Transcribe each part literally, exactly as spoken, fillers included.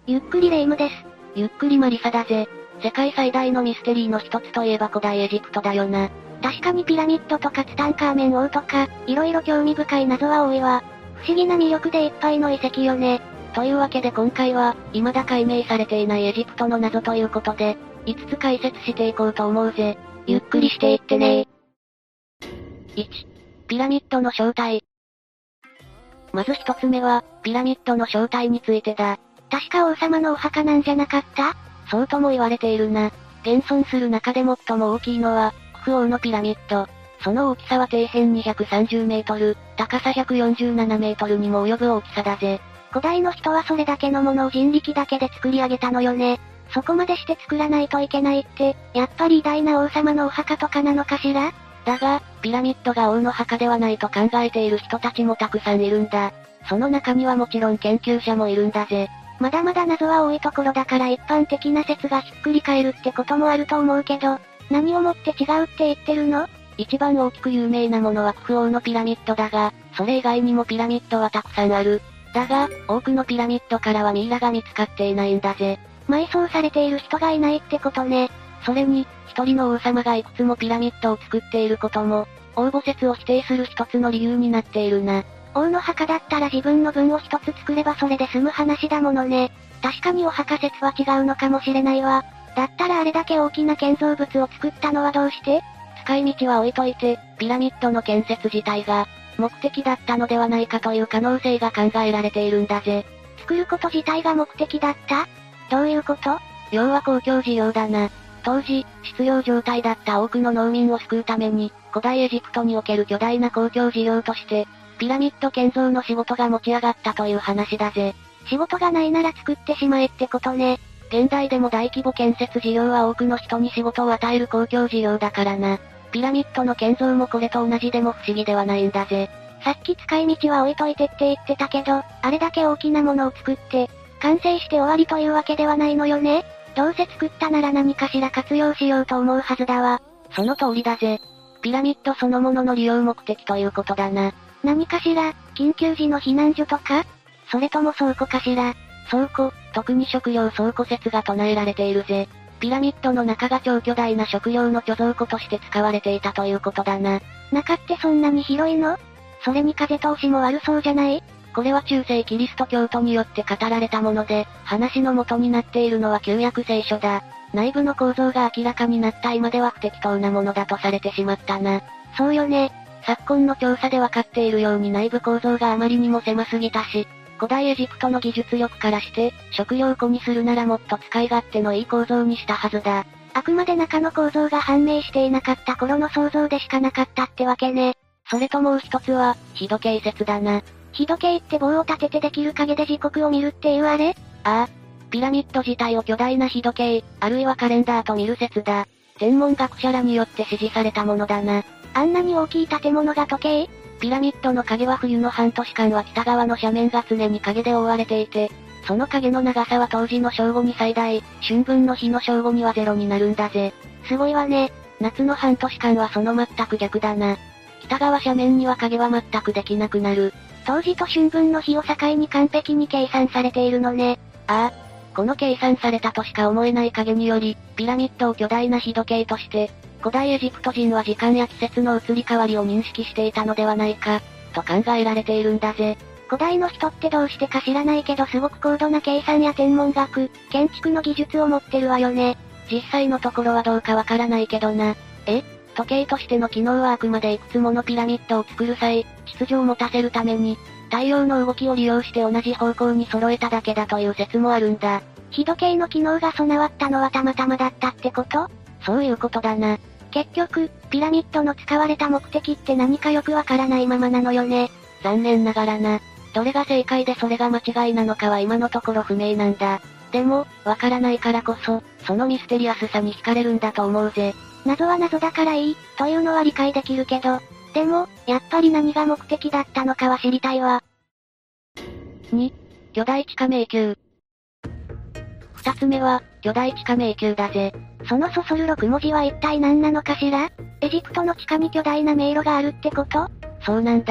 ゆっくりレ夢ムです。 ゆっくりマリサだぜ。世界最大のミステリーの一つといえば古代エジプトだよな。 確かにピラミッドとかツタンカーメン王とか、いろいろ興味深い謎は多いわ。不思議な魅力でいっぱいの遺跡よね。 というわけで今回は、未だ解明されていないエジプトの謎ということで、いつつ解説していこうと思うぜ。 ゆっくりしていってねー。いち. ピラミッドの正体。まず一つ目は、ピラミッドの正体についてだ。 確か王様のお墓なんじゃなかった？ そうとも言われているな。現存する中で最も大きいのは、クフ王のピラミッド。その大きさは底辺にひゃくさんじゅうメートル、高さひゃくよんじゅうななメートルにも及ぶ大きさだぜ。 古代の人はそれだけのものを人力だけで作り上げたのよね。そこまでして作らないといけないって、やっぱり偉大な王様のお墓とかなのかしら？ だが、ピラミッドが王の墓ではないと考えている人たちもたくさんいるんだ。その中にはもちろん研究者もいるんだぜ。 まだまだ謎は多いところだから一般的な説がひっくり返るってこともあると思うけど、何をもって違うって言ってるの？ 一番大きく有名なものはクフ王のピラミッドだが、それ以外にもピラミッドはたくさんある。だが、多くのピラミッドからはミイラが見つかっていないんだぜ。 埋葬されている人がいないってことね。 それに、一人の王様がいくつもピラミッドを作っていることも、王墓説を否定する一つの理由になっているな。 王の墓だったら自分の分を一つ作ればそれで済む話だものね。確かにお墓説は違うのかもしれないわ。だったらあれだけ大きな建造物を作ったのはどうして？ 使い道は置いといて、ピラミッドの建設自体が、目的だったのではないかという可能性が考えられているんだぜ。 作ること自体が目的だった？どういうこと？ 要は公共事業だな。当時、失業状態だった多くの農民を救うために、古代エジプトにおける巨大な公共事業として、ピラミッド建造の仕事が持ち上がったという話だぜ。 仕事がないなら作ってしまえってことね。 現代でも大規模建設事業は多くの人に仕事を与える公共事業だからな。ピラミッドの建造もこれと同じでも不思議ではないんだぜ。 さっき使い道は置いといてって言ってたけど、あれだけ大きなものを作って、完成して終わりというわけではないのよね。どうせ作ったなら何かしら活用しようと思うはずだわ。 その通りだぜ。ピラミッドそのものの利用目的ということだな。 何かしら、緊急時の避難所とか？それとも倉庫かしら？ 倉庫、特に食料倉庫説が唱えられているぜ。ピラミッドの中が超巨大な食料の貯蔵庫として使われていたということだな。 中ってそんなに広いの？それに風通しも悪そうじゃない？ これは中世キリスト教徒によって語られたもので、話の元になっているのは旧約聖書だ。内部の構造が明らかになった今では不適当なものだとされてしまったな。 そうよね。 昨今の調査でわかっているように内部構造があまりにも狭すぎたし、古代エジプトの技術力からして、食料庫にするならもっと使い勝手のいい構造にしたはずだ。 あくまで中の構造が判明していなかった頃の想像でしかなかったってわけね。 それともう一つは、日時計説だな。 日時計って棒を立ててできる影で時刻を見るっていうあれ？ ああ。ピラミッド自体を巨大な日時計、あるいはカレンダーと見る説だ。天文学者らによって支持されたものだな。 あんなに大きい建物が時計？ ピラミッドの影は冬の半年間は北側の斜面が常に影で覆われていて、その影の長さは当時の正午に最大、春分の日の正午にはゼロになるんだぜ。 すごいわね。 夏の半年間はその全く逆だな。北側斜面には影は全くできなくなる。 当時と春分の日を境に完璧に計算されているのね。 ああ。この計算されたとしか思えない影により、ピラミッドを巨大な日時計として、古代エジプト人は時間や季節の移り変わりを認識していたのではないか、と考えられているんだぜ。 古代の人ってどうしてか知らないけどすごく高度な計算や天文学、建築の技術を持ってるわよね。 実際のところはどうかわからないけどな。え？時計としての機能はあくまでいくつものピラミッドを作る際、秩序を持たせるために、太陽の動きを利用して同じ方向に揃えただけだという説もあるんだ。 日時計の機能が備わったのはたまたまだったってこと？ そういうことだな。 結局、ピラミッドの使われた目的って何かよくわからないままなのよね。 残念ながらな。どれが正解でそれが間違いなのかは今のところ不明なんだ。でも、わからないからこそ、そのミステリアスさに惹かれるんだと思うぜ。 謎は謎だからいい、というのは理解できるけど、でも、やっぱり何が目的だったのかは知りたいわ。 に. 巨大地下迷宮。二つ目は、巨大地下迷宮だぜ。 そのそそるろく文字は一体何なのかしら？エジプトの地下に巨大な迷路があるってこと？ そうなんだ。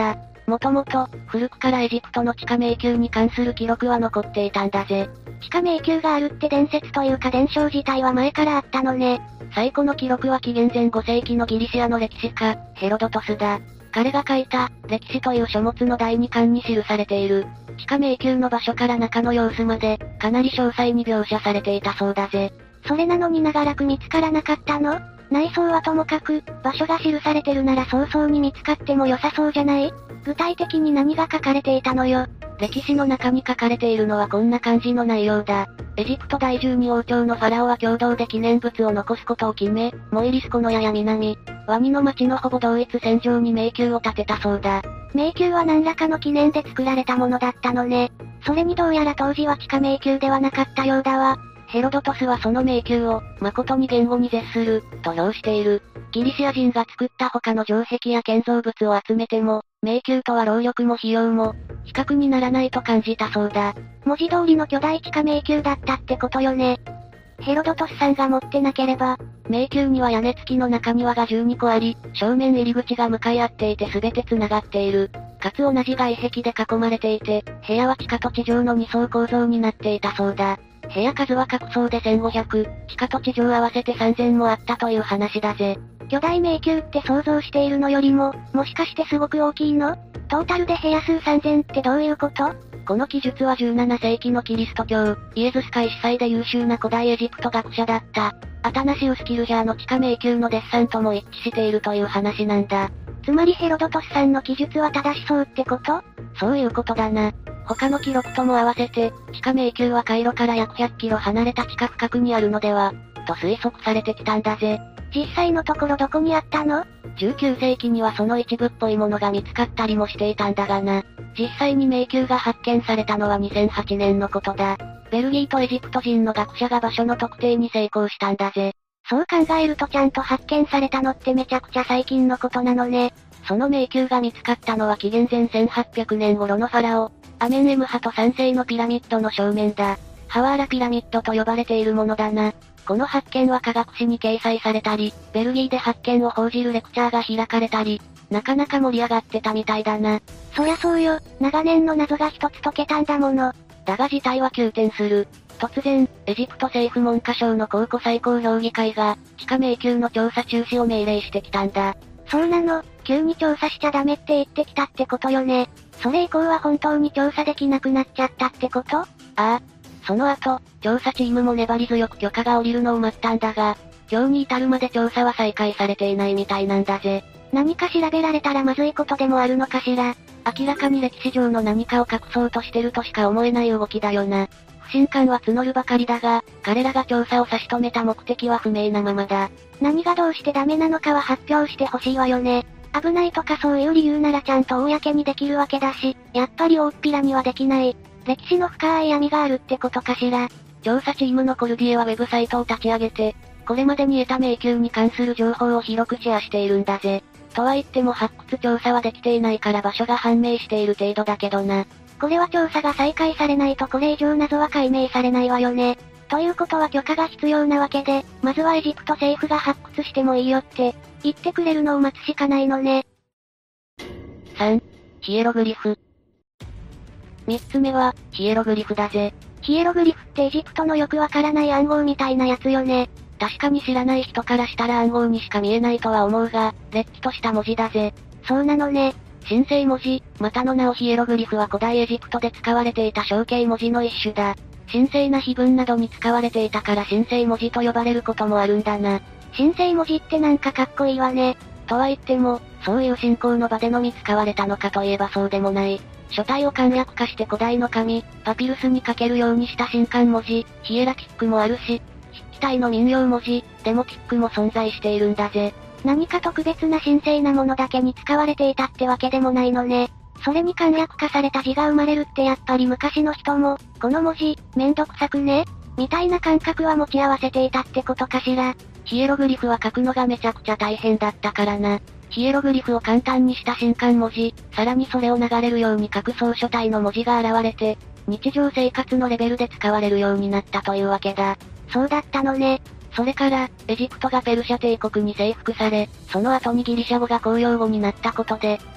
もともと、古くからエジプトの地下迷宮に関する記録は残っていたんだぜ。 地下迷宮があるって伝説というか伝承自体は前からあったのね。 最古の記録は紀元前ごせいきのギリシアの歴史家、ヘロドトスだ。彼が書いた、歴史という書物のだいにかんに記されている。地下迷宮の場所から中の様子まで、かなり詳細に描写されていたそうだぜ。 それなのに長らく見つからなかったの？内装はともかく、場所が記されてるなら早々に見つかっても良さそうじゃない？具体的に何が書かれていたのよ。 歴史の中に書かれているのはこんな感じの内容だ。エジプト第じゅうに王朝のファラオは共同で記念物を残すことを決め、モイリスコのやや南、ワニの町のほぼ同一線上に迷宮を建てたそうだ。 迷宮は何らかの記念で作られたものだったのね。それにどうやら当時は地下迷宮ではなかったようだわ。 ヘロドトスはその迷宮を、誠に言語に絶する、と評している。ギリシア人が作った他の城壁や建造物を集めても、迷宮とは労力も費用も、比較にならないと感じたそうだ。 文字通りの巨大地下迷宮だったってことよね。ヘロドトスさんが持ってなければ、 迷宮には屋根付きの中庭がじゅうにこあり、正面入り口が向かい合っていて全て繋がっている。かつ同じ外壁で囲まれていて、部屋は地下と地上のに層構造になっていたそうだ。部屋数は各層でせんごひゃく、地下と地上合わせてさんぜんもあったという話だぜ。 巨大迷宮って想像しているのよりも、もしかしてすごく大きいの？トータルで部屋数さんぜんってどういうこと？ この記述はじゅうななせいきのキリスト教、イエズス会司祭で優秀な古代エジプト学者だった、アタナシウス・キルジャーの地下迷宮のデッサンとも一致しているという話なんだ。 つまりヘロドトスさんの記述は正しそうってこと？ そういうことだな。他の記録とも合わせて、地下迷宮はカイロから約ひゃっキロ離れた地下深くにあるのでは、と推測されてきたんだぜ。 実際のところどこにあったの？ じゅうきゅうせいきにはその一部っぽいものが見つかったりもしていたんだがな。実際に迷宮が発見されたのはにせんはちねんのことだ。ベルギーとエジプト人の学者が場所の特定に成功したんだぜ。 そう考えるとちゃんと発見されたのってめちゃくちゃ最近のことなのね。 その迷宮が見つかったのは紀元前せんはっぴゃくねん頃のファラオ、アメンエムハトさんせいのピラミッドの正面だ。ハワーラピラミッドと呼ばれているものだな。この発見は科学誌に掲載されたり、ベルギーで発見を報じるレクチャーが開かれたり、なかなか盛り上がってたみたいだな。 そりゃそうよ、長年の謎が一つ解けたんだもの。 だが事態は急転する。突然、エジプト政府文科省の考古最高評議会が、地下迷宮の調査中止を命令してきたんだ。 そうなの、急に調査しちゃダメって言ってきたってことよね。それ以降は本当に調査できなくなっちゃったってこと？ ああ。その後、調査チームも粘り強く許可が下りるのを待ったんだが、今日に至るまで調査は再開されていないみたいなんだぜ。 何か調べられたらまずいことでもあるのかしら。 明らかに歴史上の何かを隠そうとしてるとしか思えない動きだよな。不信感は募るばかりだが、彼らが調査を差し止めた目的は不明なままだ。 何がどうしてダメなのかは発表してほしいわよね。危ないとかそういう理由ならちゃんと公にできるわけだし、やっぱり大っぴらにはできない。歴史の深い闇があるってことかしら。 調査チームのコルディエはウェブサイトを立ち上げて、これまでに得た迷宮に関する情報を広くシェアしているんだぜ。とは言っても発掘調査はできていないから場所が判明している程度だけどな。 これは調査が再開されないとこれ以上謎は解明されないわよね。ということは許可が必要なわけで、まずはエジプト政府が発掘してもいいよって、言ってくれるのを待つしかないのね。 さん. ヒエログリフ。三つ目は、ヒエログリフだぜ。 ヒエログリフってエジプトのよくわからない暗号みたいなやつよね。 確かに知らない人からしたら暗号にしか見えないとは思うが、れっきとした文字だぜ。 そうなのね。 神聖文字、またの名をヒエログリフは古代エジプトで使われていた象形文字の一種だ。神聖な碑文などに使われていたから神聖文字と呼ばれることもあるんだな。 神聖文字ってなんかかっこいいわね。 とは言っても、そういう信仰の場でのみ使われたのかといえばそうでもない。書体を簡略化して古代の紙、パピルスに書けるようにした神官文字、ヒエラティックもあるし、筆記体の民謡文字、デモティックも存在しているんだぜ。 何か特別な神聖なものだけに使われていたってわけでもないのね。それに簡略化された字が生まれるってやっぱり昔の人も、この文字、めんどくさくねみたいな感覚は持ち合わせていたってことかしら。 ヒエログリフは書くのがめちゃくちゃ大変だったからな。ヒエログリフを簡単にした神官文字、さらにそれを流れるように書く草書体の文字が現れて、日常生活のレベルで使われるようになったというわけだ。 そうだったのね。 それから、エジプトがペルシャ帝国に征服され、その後にギリシャ語が公用語になったことで、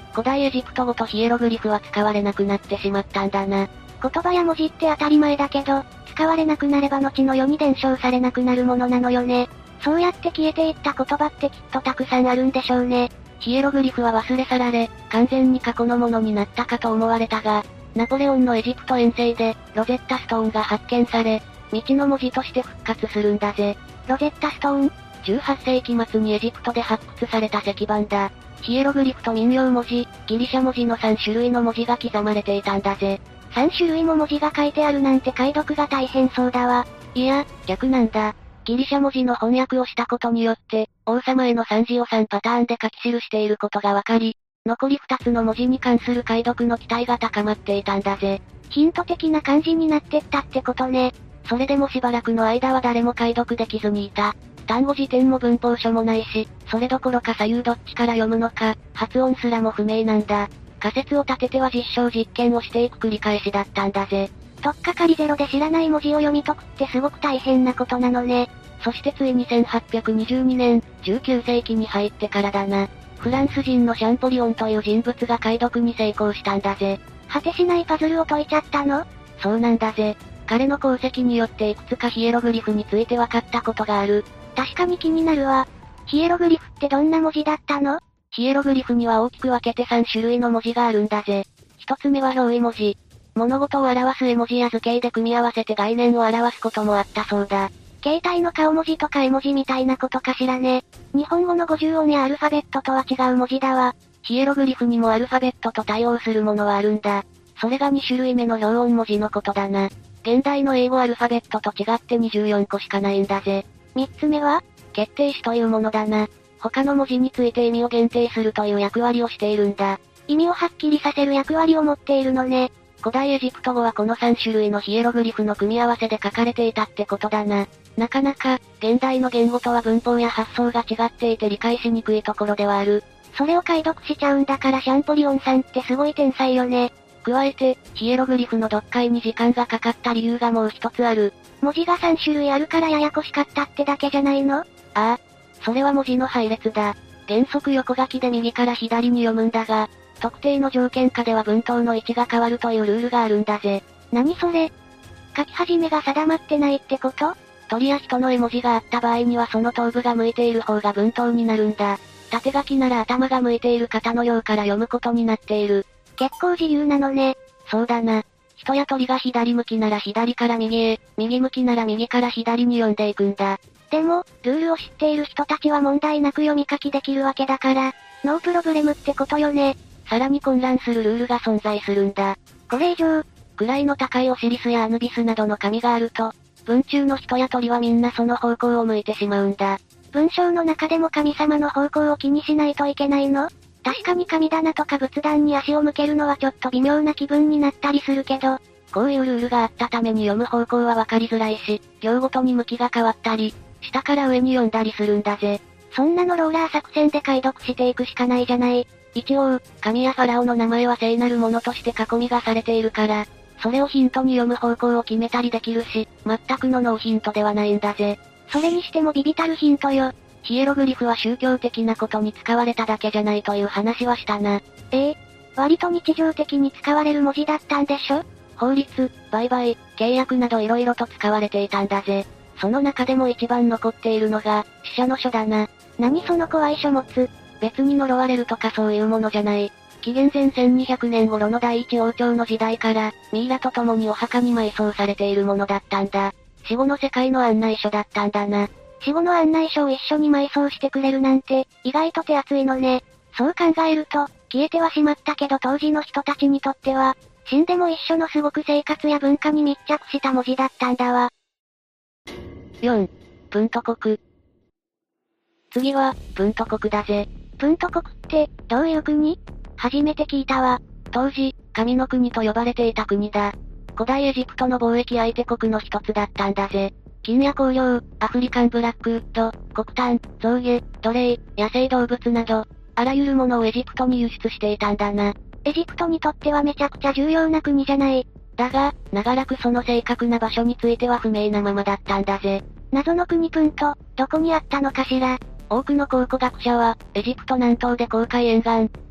古代エジプト語とヒエログリフは使われなくなってしまったんだな。 言葉や文字って当たり前だけど、使われなくなれば後の世に伝承されなくなるものなのよね。そうやって消えていった言葉ってきっとたくさんあるんでしょうね。 ヒエログリフは忘れ去られ、完全に過去のものになったかと思われたが、ナポレオンのエジプト遠征で、ロゼッタストーンが発見され、道の文字として復活するんだぜ。 ロゼッタストーン ? じゅうはっせいき末にエジプトで発掘された石板だ。ヒエログリフと民謡文字、ギリシャ文字のさん種類の文字が刻まれていたんだぜ。 さん種類も文字が書いてあるなんて解読が大変そうだわ。 いや、逆なんだ。ギリシャ文字の翻訳をしたことによって、王様への賛辞をさんパターンで書き記していることがわかり、残りふたつの文字に関する解読の期待が高まっていたんだぜ。 ヒント的な感じになってったってことね。 それでもしばらくの間は誰も解読できずにいた。単語辞典も文法書もないし、それどころか左右どっちから読むのか、発音すらも不明なんだ。仮説を立てては実証実験をしていく繰り返しだったんだぜ。 とっかかりゼロで知らない文字を読み解くってすごく大変なことなのね。 そしてついにせんはっぴゃくにじゅうにねん、じゅうきゅうせいきに入ってからだな。フランス人のシャンポリオンという人物が解読に成功したんだぜ。 果てしないパズルを解いちゃったの？ そうなんだぜ。彼の功績によっていくつかヒエログリフについて分かったことがある。 確かに気になるわ。ヒエログリフってどんな文字だったの？ ヒエログリフには大きく分けてさん種類の文字があるんだぜ。一つ目は表意文字。物事を表す絵文字や図形で組み合わせて概念を表すこともあったそうだ。 携帯の顔文字とか絵文字みたいなことかしらね。日本語のごじゅうおんやアルファベットとは違う文字だわ。 ヒエログリフにもアルファベットと対応するものはあるんだ。それがに種類目の表音文字のことだな。現代の英語アルファベットと違ってにじゅうよんこしかないんだぜ。 三つ目は決定詞というものだな。他の文字について意味を限定するという役割をしているんだ。 意味をはっきりさせる役割を持っているのね。 古代エジプト語はこのさん種類のヒエログリフの組み合わせで書かれていたってことだな。なかなか、現代の言語とは文法や発想が違っていて理解しにくいところではある。 それを解読しちゃうんだからシャンポリオンさんってすごい天才よね。 加えて、ヒエログリフの読解に時間がかかった理由がもう一つある。 文字がさん種類あるからややこしかったってだけじゃないの？ああ、それは文字の配列だ。原則横書きで右から左に読むんだが、特定の条件下では文頭の位置が変わるというルールがあるんだぜ。 何それ？書き始めが定まってないってこと？ 鳥や人の絵文字があった場合にはその頭部が向いている方が文頭になるんだ。縦書きなら頭が向いている方のようから読むことになっている。 結構自由なのね。 そうだな。人や鳥が左向きなら左から右へ、右向きなら右から左に読んでいくんだ。 でも、ルールを知っている人たちは問題なく読み書きできるわけだから、ノープロブレムってことよね。 さらに混乱するルールが存在するんだ。 これ以上、 位の高いオシリスやアヌビスなどの神があると、文中の人や鳥はみんなその方向を向いてしまうんだ。 文章の中でも神様の方向を気にしないといけないの？確かに神棚とか仏壇に足を向けるのはちょっと微妙な気分になったりするけど、 こういうルールがあったために読む方向はわかりづらいし、行ごとに向きが変わったり、下から上に読んだりするんだぜ。 そんなのローラー作戦で解読していくしかないじゃない。 一応、神やファラオの名前は聖なるものとして囲みがされているから、それをヒントに読む方向を決めたりできるし、全くのノーヒントではないんだぜ。 それにしてもビビたるヒントよ。 ヒエログリフは宗教的なことに使われただけじゃないという話はしたな。 ええ、割と日常的に使われる文字だったんでしょ？ 法律、売買、契約など色々と使われていたんだぜ。その中でも一番残っているのが、死者の書だな。 何その怖い書物？ 別に呪われるとかそういうものじゃない。紀元前せんにひゃくねん頃の第一王朝の時代から、ミイラと共にお墓に埋葬されているものだったんだ。死後の世界の案内書だったんだな。 死後の案内書を一緒に埋葬してくれるなんて、意外と手厚いのね。そう考えると、消えてはしまったけど当時の人たちにとっては、死んでも一緒のすごく生活や文化に密着した文字だったんだわ。 よん. プント国。次は、プント国だぜ。 プント国って、どういう国？初めて聞いたわ。 当時、神の国と呼ばれていた国だ。古代エジプトの貿易相手国の一つだったんだぜ。金や香料、アフリカンブラックウッド、黒炭、象牙、奴隷、野生動物など、あらゆるものをエジプトに輸出していたんだな。 エジプトにとってはめちゃくちゃ重要な国じゃない。 だが、長らくその正確な場所については不明なままだったんだぜ。 謎の国プント、どこにあったのかしら。 多くの考古学者は、エジプト南東で紅海沿岸、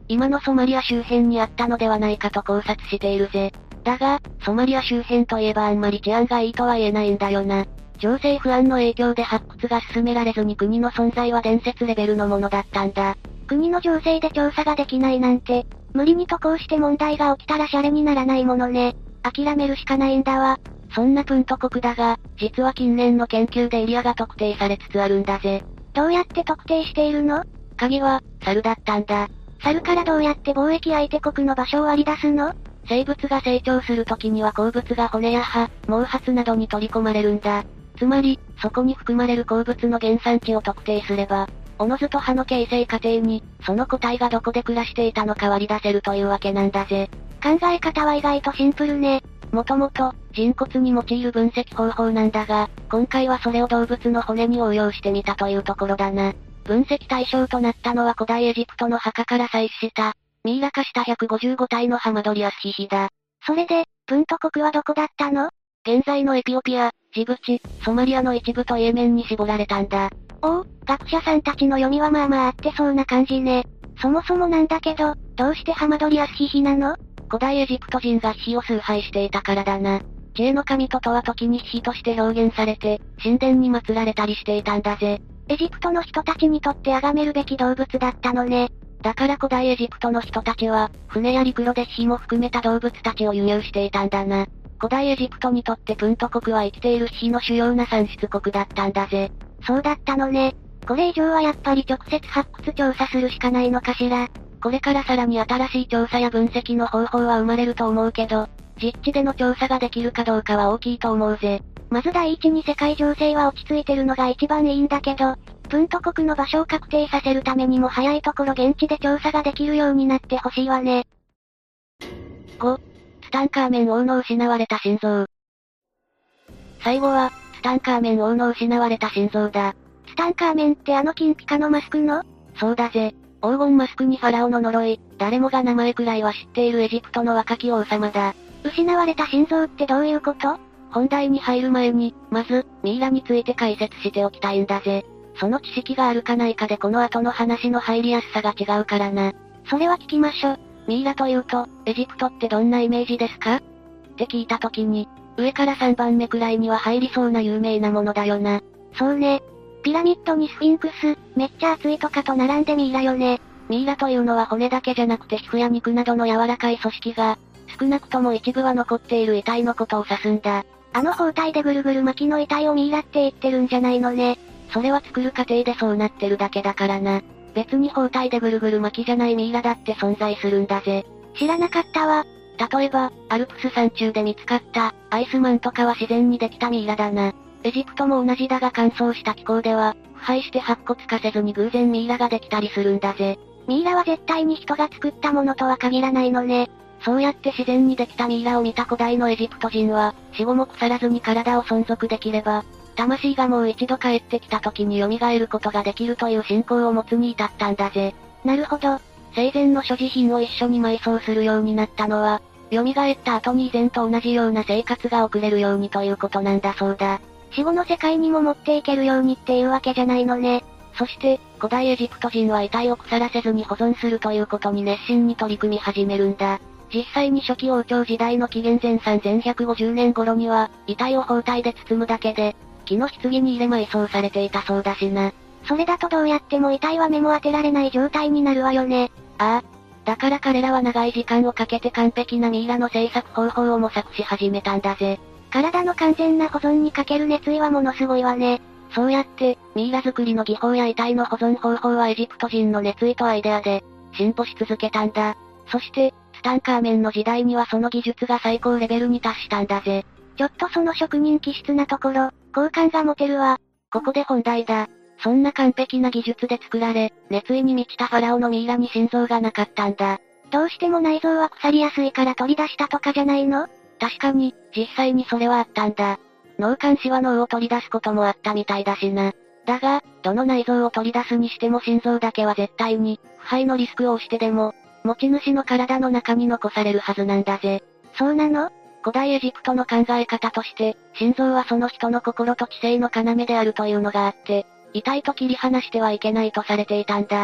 今のソマリア周辺にあったのではないかと考察しているぜ。だが、ソマリア周辺といえばあんまり治安がいいとは言えないんだよな。情勢不安の影響で発掘が進められずに国の存在は伝説レベルのものだったんだ。 国の情勢で調査ができないなんて、無理に渡航して問題が起きたらシャレにならないものね。諦めるしかないんだわ。 そんなプント国だが、実は近年の研究でエリアが特定されつつあるんだぜ。 どうやって特定しているの？ 鍵は、猿だったんだ。 猿からどうやって貿易相手国の場所を割り出すの？ 生物が成長するときには鉱物が骨や歯、毛髪などに取り込まれるんだ。つまり、そこに含まれる鉱物の原産地を特定すれば、おのずと歯の形成過程に、その個体がどこで暮らしていたのか割り出せるというわけなんだぜ。 考え方は意外とシンプルね。 もともと、人骨に用いる分析方法なんだが、今回はそれを動物の骨に応用してみたというところだな。分析対象となったのは古代エジプトの墓から採取した、ミイラ化したひゃくごじゅうごたいのハマドリアスヒヒだ。 それで、プント国はどこだったの？ 現在のエピオピア、ジブチ、ソマリアの一部とイエメンに絞られたんだ。 おお、学者さんたちの読みはまあまあ合ってそうな感じね。そもそもなんだけど、どうしてハマドリアスヒヒなの？ 古代エジプト人がヒヒを崇拝していたからだな。知恵の神ととは時にヒヒとして表現されて、神殿に祀られたりしていたんだぜ。 エジプトの人たちにとって崇めるべき動物だったのね。 だから古代エジプトの人たちは、船や陸路でヒヒも含めた動物たちを輸入していたんだな。古代エジプトにとってプント国は生きているヒヒの主要な産出国だったんだぜ。 そうだったのね。これ以上はやっぱり直接発掘調査するしかないのかしら。 これからさらに新しい調査や分析の方法は生まれると思うけど、実地での調査ができるかどうかは大きいと思うぜ。 まず第一に世界情勢は落ち着いてるのが一番いいんだけど、プント国の場所を確定させるためにも早いところ現地で調査ができるようになってほしいわね。 ご. ツタンカーメン王の失われた心臓。最後は、ツタンカーメン王の失われた心臓だ。 ツタンカーメンってあの金ピカのマスクの？ そうだぜ。黄金マスクにファラオの呪い、誰もが名前くらいは知っているエジプトの若き王様だ。 失われた心臓ってどういうこと？ 本題に入る前に、まず、ミイラについて解説しておきたいんだぜ。その知識があるかないかでこの後の話の入りやすさが違うからな。 それは聞きましょ。 ミイラというと、エジプトってどんなイメージですか？って聞いた時に、上からさんばんめくらいには入りそうな有名なものだよな。 そうね。ピラミッドにスフィンクス、めっちゃ熱いとかと並んでミイラよね。 ミイラというのは骨だけじゃなくて皮膚や肉などの柔らかい組織が、少なくとも一部は残っている遺体のことを指すんだ。 あの包帯でぐるぐる巻きの遺体をミイラって言ってるんじゃないのね。 それは作る過程でそうなってるだけだからな。別に包帯でぐるぐる巻きじゃないミイラだって存在するんだぜ。 知らなかったわ。 例えば、アルプス山中で見つかった、アイスマンとかは自然にできたミイラだな。エジプトも同じだが乾燥した気候では、腐敗して白骨化せずに偶然ミイラができたりするんだぜ。 ミイラは絶対に人が作ったものとは限らないのね。 そうやって自然にできたミイラを見た古代のエジプト人は、死後も腐らずに体を存続できれば、魂がもう一度帰ってきた時に蘇ることができるという信仰を持つに至ったんだぜ。 なるほど。 生前の所持品を一緒に埋葬するようになったのは、蘇った後に以前と同じような生活が送れるようにということなんだそうだ。 死後の世界にも持っていけるようにっていうわけじゃないのね。 そして、古代エジプト人は遺体を腐らせずに保存するということに熱心に取り組み始めるんだ。実際に初期王朝時代の紀元前さんぜんひゃくごじゅうねん頃には、遺体を包帯で包むだけで、木の棺に入れ埋葬されていたそうだしな。 それだとどうやっても遺体は目も当てられない状態になるわよね。 ああ。だから彼らは長い時間をかけて完璧なミイラの製作方法を模索し始めたんだぜ。 体の完全な保存にかける熱意はものすごいわね。 そうやって、ミイラ作りの技法や遺体の保存方法はエジプト人の熱意とアイデアで、進歩し続けたんだ。そして、ツタンカーメンの時代にはその技術が最高レベルに達したんだぜ。 ちょっとその職人気質なところ、好感が持てるわ。 ここで本題だ。そんな完璧な技術で作られ、熱意に満ちたファラオのミイラに心臓がなかったんだ。 どうしても内臓は腐りやすいから取り出したとかじゃないの？ 確かに、実際にそれはあったんだ。脳幹視は脳を取り出すこともあったみたいだしな。だが、どの内臓を取り出すにしても心臓だけは絶対に、腐敗のリスクを押してでも、持ち主の体の中に残されるはずなんだぜ。 そうなの？ 古代エジプトの考え方として、心臓はその人の心と知性の要であるというのがあって、遺体と切り離してはいけないとされていたんだ。腐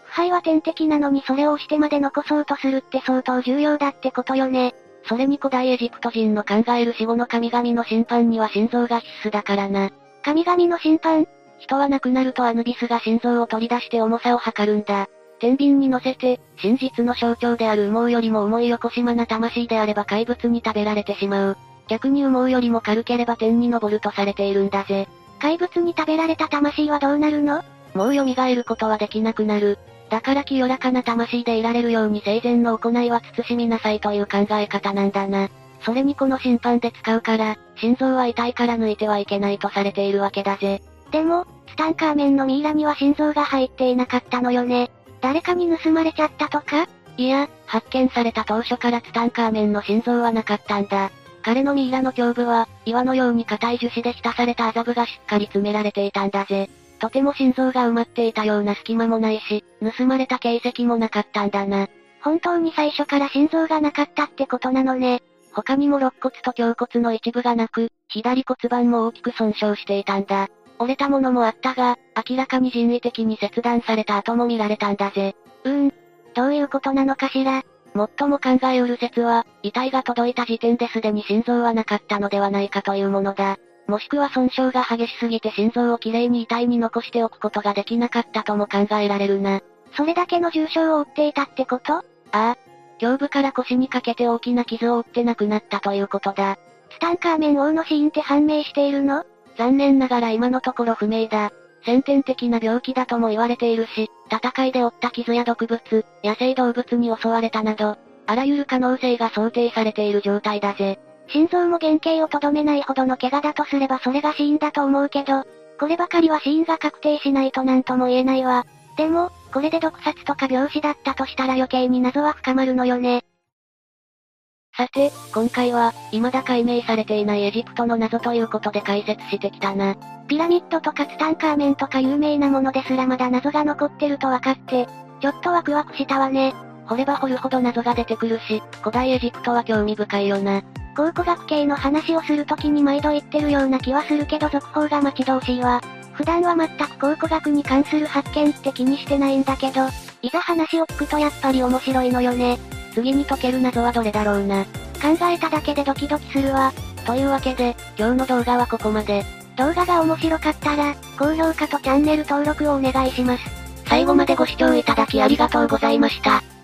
腐敗は天敵なのにそれを押してまで残そうとするって相当重要だってことよね。 それに古代エジプト人の考える死後の神々の審判には心臓が必須だからな。 神々の審判？ 人は亡くなるとアヌビスが心臓を取り出して重さを測るんだ。天秤に乗せて、真実の象徴である羽毛よりも重いよこしまな魂であれば怪物に食べられてしまう。逆に羽毛よりも軽ければ天に昇るとされているんだぜ。 怪物に食べられた魂はどうなるの？ もう蘇ることはできなくなる。だから清らかな魂でいられるように生前の行いは慎みなさいという考え方なんだな。それにこの審判で使うから、心臓は遺体から抜いてはいけないとされているわけだぜ。 でも、ツタンカーメンのミイラには心臓が入っていなかったのよね。誰かに盗まれちゃったとか？ いや、発見された当初からツタンカーメンの心臓はなかったんだ。彼のミイラの胸部は、岩のように硬い樹脂で浸された麻布がしっかり詰められていたんだぜ。とても心臓が埋まっていたような隙間もないし、盗まれた形跡もなかったんだな。 本当に最初から心臓がなかったってことなのね。 他にも肋骨と胸骨の一部がなく、左骨盤も大きく損傷していたんだ。折れたものもあったが、明らかに人為的に切断された跡も見られたんだぜ。 うーん。どういうことなのかしら。 最も考えうる説は、遺体が届いた時点ですでに心臓はなかったのではないかというものだ。もしくは損傷が激しすぎて心臓をきれいに遺体に残しておくことができなかったとも考えられるな。 それだけの重傷を負っていたってこと？ああ。胸部から腰にかけて大きな傷を負って亡くなったということだ。 ツタンカーメン王の死因って判明しているの？ 残念ながら今のところ不明だ。先天的な病気だとも言われているし、戦いで負った傷や毒物、野生動物に襲われたなど、あらゆる可能性が想定されている状態だぜ。 心臓も原型をとどめないほどの怪我だとすればそれが死因だと思うけど、こればかりは死因が確定しないとなんとも言えないわ。でも、これで毒殺とか病死だったとしたら余計に謎は深まるのよね。 さて、今回は、未だ解明されていないエジプトの謎ということで解説してきたな。 ピラミッドとかツタンカーメンとか有名なものですらまだ謎が残ってると分かって、ちょっとワクワクしたわね。 掘れば掘るほど謎が出てくるし、古代エジプトは興味深いよな。 考古学系の話をするときに毎度言ってるような気はするけど続報が待ち遠しいわ。普段は全く考古学に関する発見って気にしてないんだけど、いざ話を聞くとやっぱり面白いのよね。 次に解ける謎はどれだろうな。 考えただけでドキドキするわ。 というわけで、今日の動画はここまで。 動画が面白かったら、高評価とチャンネル登録をお願いします。 最後までご視聴いただきありがとうございました。